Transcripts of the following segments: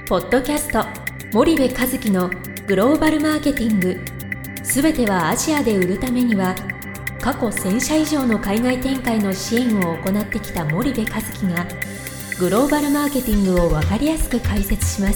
ポッドキャスト森部和樹のグローバルマーケティング、すべてはアジアで売るためには、過去1000社以上の海外展開の支援を行ってきた森部和樹がグローバルマーケティングを分かりやすく解説します。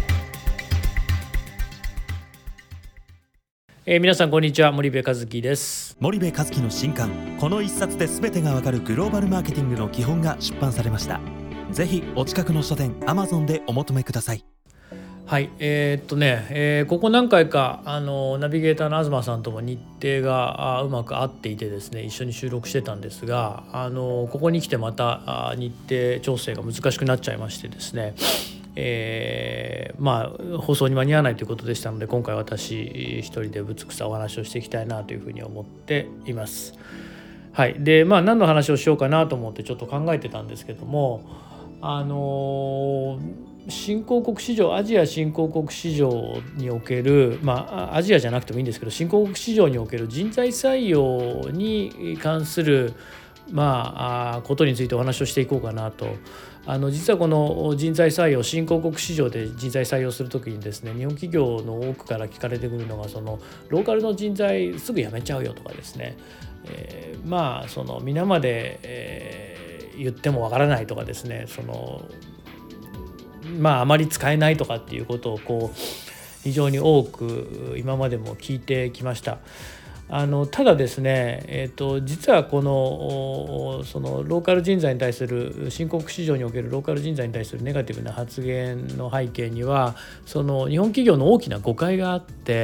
皆さんこんにちは、森部和樹です。 森部和樹の新刊、この一冊で全てがわかるグローバルマーケティングの基本が出版されました。ぜひお近くの書店 Amazon でお求めください。 はい、ここ何回かナビゲーターの東さんとも日程がうまく合っていてですね、一緒に収録してたんですが、ここに来てまた日程調整が難しくなっちゃいましてですね、放送に間に合わないということでしたので、今回私一人でぶつくさお話をしていきたいなというふうに思っています。はい、で何の話をしようかなと思ってちょっと考えてたんですけども、新興国市場、アジア新興国市場における、アジアじゃなくてもいいんですけど、新興国市場における人材採用に関することについてお話をしていこうかなと。実はこの人材採用、新興国市場で人材採用するときにですね、日本企業の多くから聞かれてくるのが、そのローカルの人材すぐ辞めちゃうよとかですね、その皆まで、言ってもわからないとかですね、あまり使えないとかっていうことを非常に多く今までも聞いてきました。ただですね、実はこのそのローカル人材に対する、新興国市場におけるローカル人材に対するネガティブな発言の背景には、その日本企業の大きな誤解があって、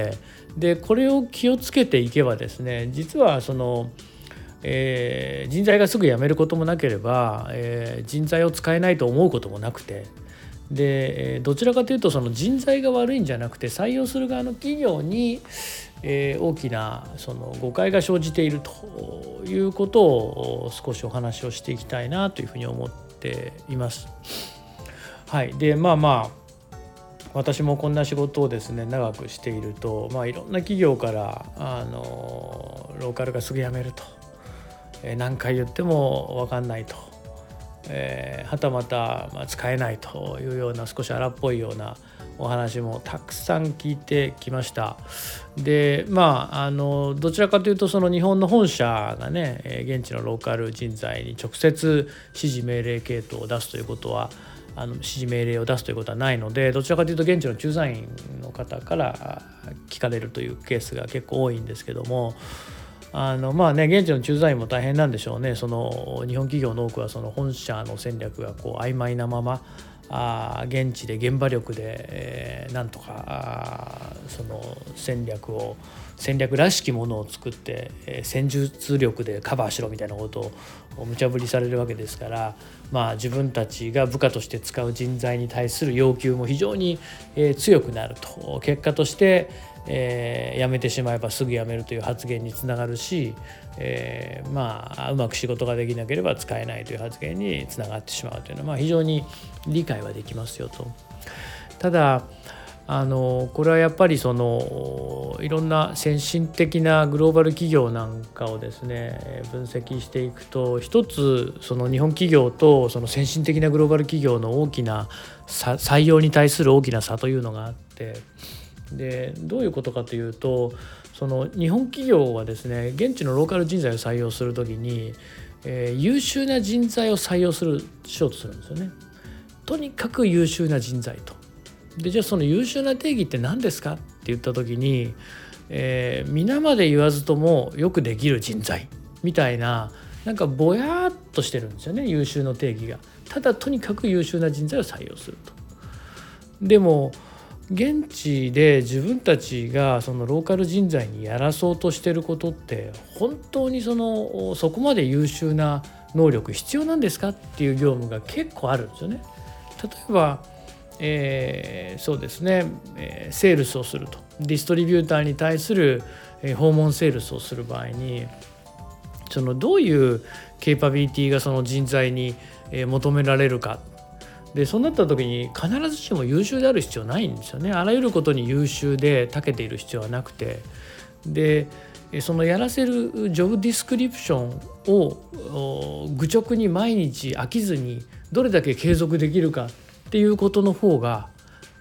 でこれを気をつけていけばですね、実はその人材がすぐ辞めることもなければ、人材を使えないと思うこともなくて、でどちらかというとその人材が悪いんじゃなくて、採用する側の企業に、大きなその誤解が生じているということを少しお話をしていきたいなというふうに思っています。はい、で私もこんな仕事をですね長くしていると、いろんな企業からローカルがすぐ辞めると、何回言っても分かんないと、はたまた使えないというような少し荒っぽいようなお話もたくさん聞いてきました。でどちらかというと、その日本の本社がね、現地のローカル人材に直接指示命令系統を出すということは、指示命令を出すということはないので、どちらかというと現地の駐在員の方から聞かれるというケースが結構多いんですけども、現地の駐在員も大変なんでしょうね。その日本企業の多くはその本社の戦略が曖昧なまま、現地で現場力で、なんとかその戦略らしきものを作って、戦術力でカバーしろみたいなことを無茶ぶりされるわけですから、自分たちが部下として使う人材に対する要求も非常に、強くなると。結果として辞めてしまえばすぐ辞めるという発言につながるし、うまく仕事ができなければ使えないという発言につながってしまうというのは、非常に理解はできますよと。ただこれはやっぱりそのいろんな先進的なグローバル企業なんかをですね分析していくと、一つその日本企業とその先進的なグローバル企業の大きな採用に対する大きな差というのがあって、でどういうことかというと、その日本企業はですね、現地のローカル人材を採用するときに、優秀な人材を採用しようとするんですよね。とにかく優秀な人材と。でじゃあその優秀な定義って何ですかって言ったときに、皆まで言わずともよくできる人材みたいな、なんかぼやっとしてるんですよね、優秀の定義が。ただとにかく優秀な人材を採用すると。でも現地で自分たちがそのローカル人材にやらそうとしてることって、本当にそこまで優秀な能力必要なんですかっていう業務が結構あるんですよね。例えば、そうですね、セールスをすると、ディストリビューターに対する訪問セールスをする場合に、そのどういうケーパビリティがその人材に求められるか。でそうなった時に必ずしも優秀である必要ないんですよね。あらゆることに優秀で長けている必要はなくて、でそのやらせるジョブディスクリプションを愚直に毎日飽きずにどれだけ継続できるかっていうことの方が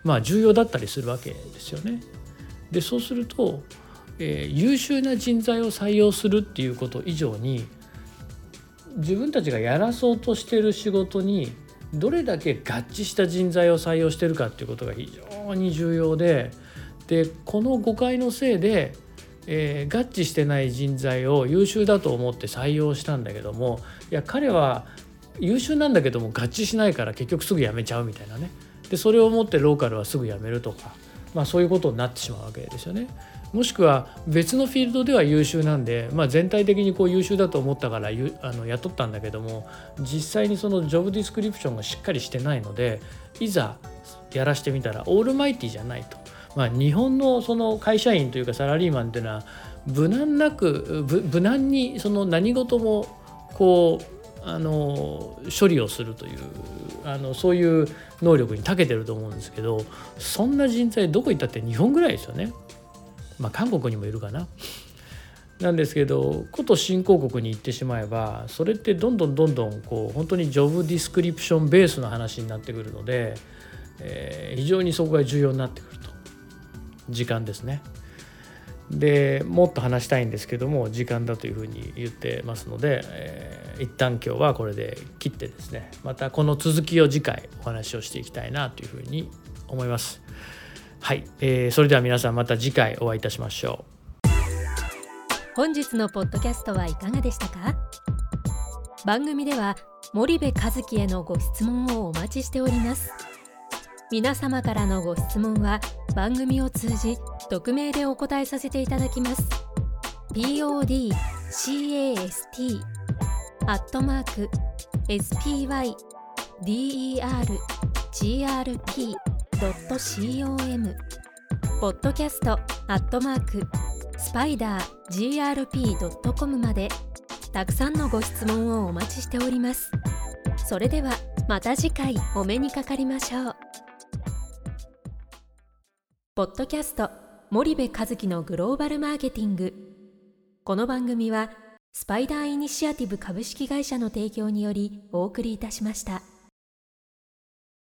重要だったりするわけですよね。でそうすると、優秀な人材を採用するっていうこと以上に、自分たちがやらそうとしている仕事にどれだけ合致した人材を採用しているかっていうことが非常に重要で、この誤解のせいで、合致してない人材を優秀だと思って採用したんだけども、いや彼は優秀なんだけども合致しないから結局すぐ辞めちゃうみたいなね。でそれをもってローカルはすぐ辞めるとか、そういうことになってしまうわけですよね。もしくは別のフィールドでは優秀なんで、全体的に優秀だと思ったから雇ったんだけども、実際にそのジョブディスクリプションがしっかりしてないので、いざやらしてみたらオールマイティじゃないと。日本のその会社員というかサラリーマンというのは無難にその何事も処理をするというそういう能力に長けてると思うんですけど、そんな人材どこ行ったって日本ぐらいですよね。韓国にもいるかな。なんですけど、こと新興国に行ってしまえば、それってどんどん本当にジョブディスクリプションベースの話になってくるので、非常にそこが重要になってくると。時間ですね。でもっと話したいんですけども、時間だというふうに言ってますので、一旦今日はこれで切ってですね、またこの続きを次回お話をしていきたいなというふうに思います。はい、それでは皆さんまた次回お会いいたしましょう。 本日のポッドキャストはいかがでしたか？番組では森部一樹へのご質問をお待ちしております。皆様からのご質問は番組を通じ匿名でお答えさせていただきます。podcast@spydergrp.com podcast@spidergrp.com までたくさんのご質問をお待ちしております。それではまた次回お目にかかりましょう。ポッドキャスト森部一樹のグローバルマーケティング。この番組はスパイダーイニシアティブ株式会社の提供によりお送りいたしました。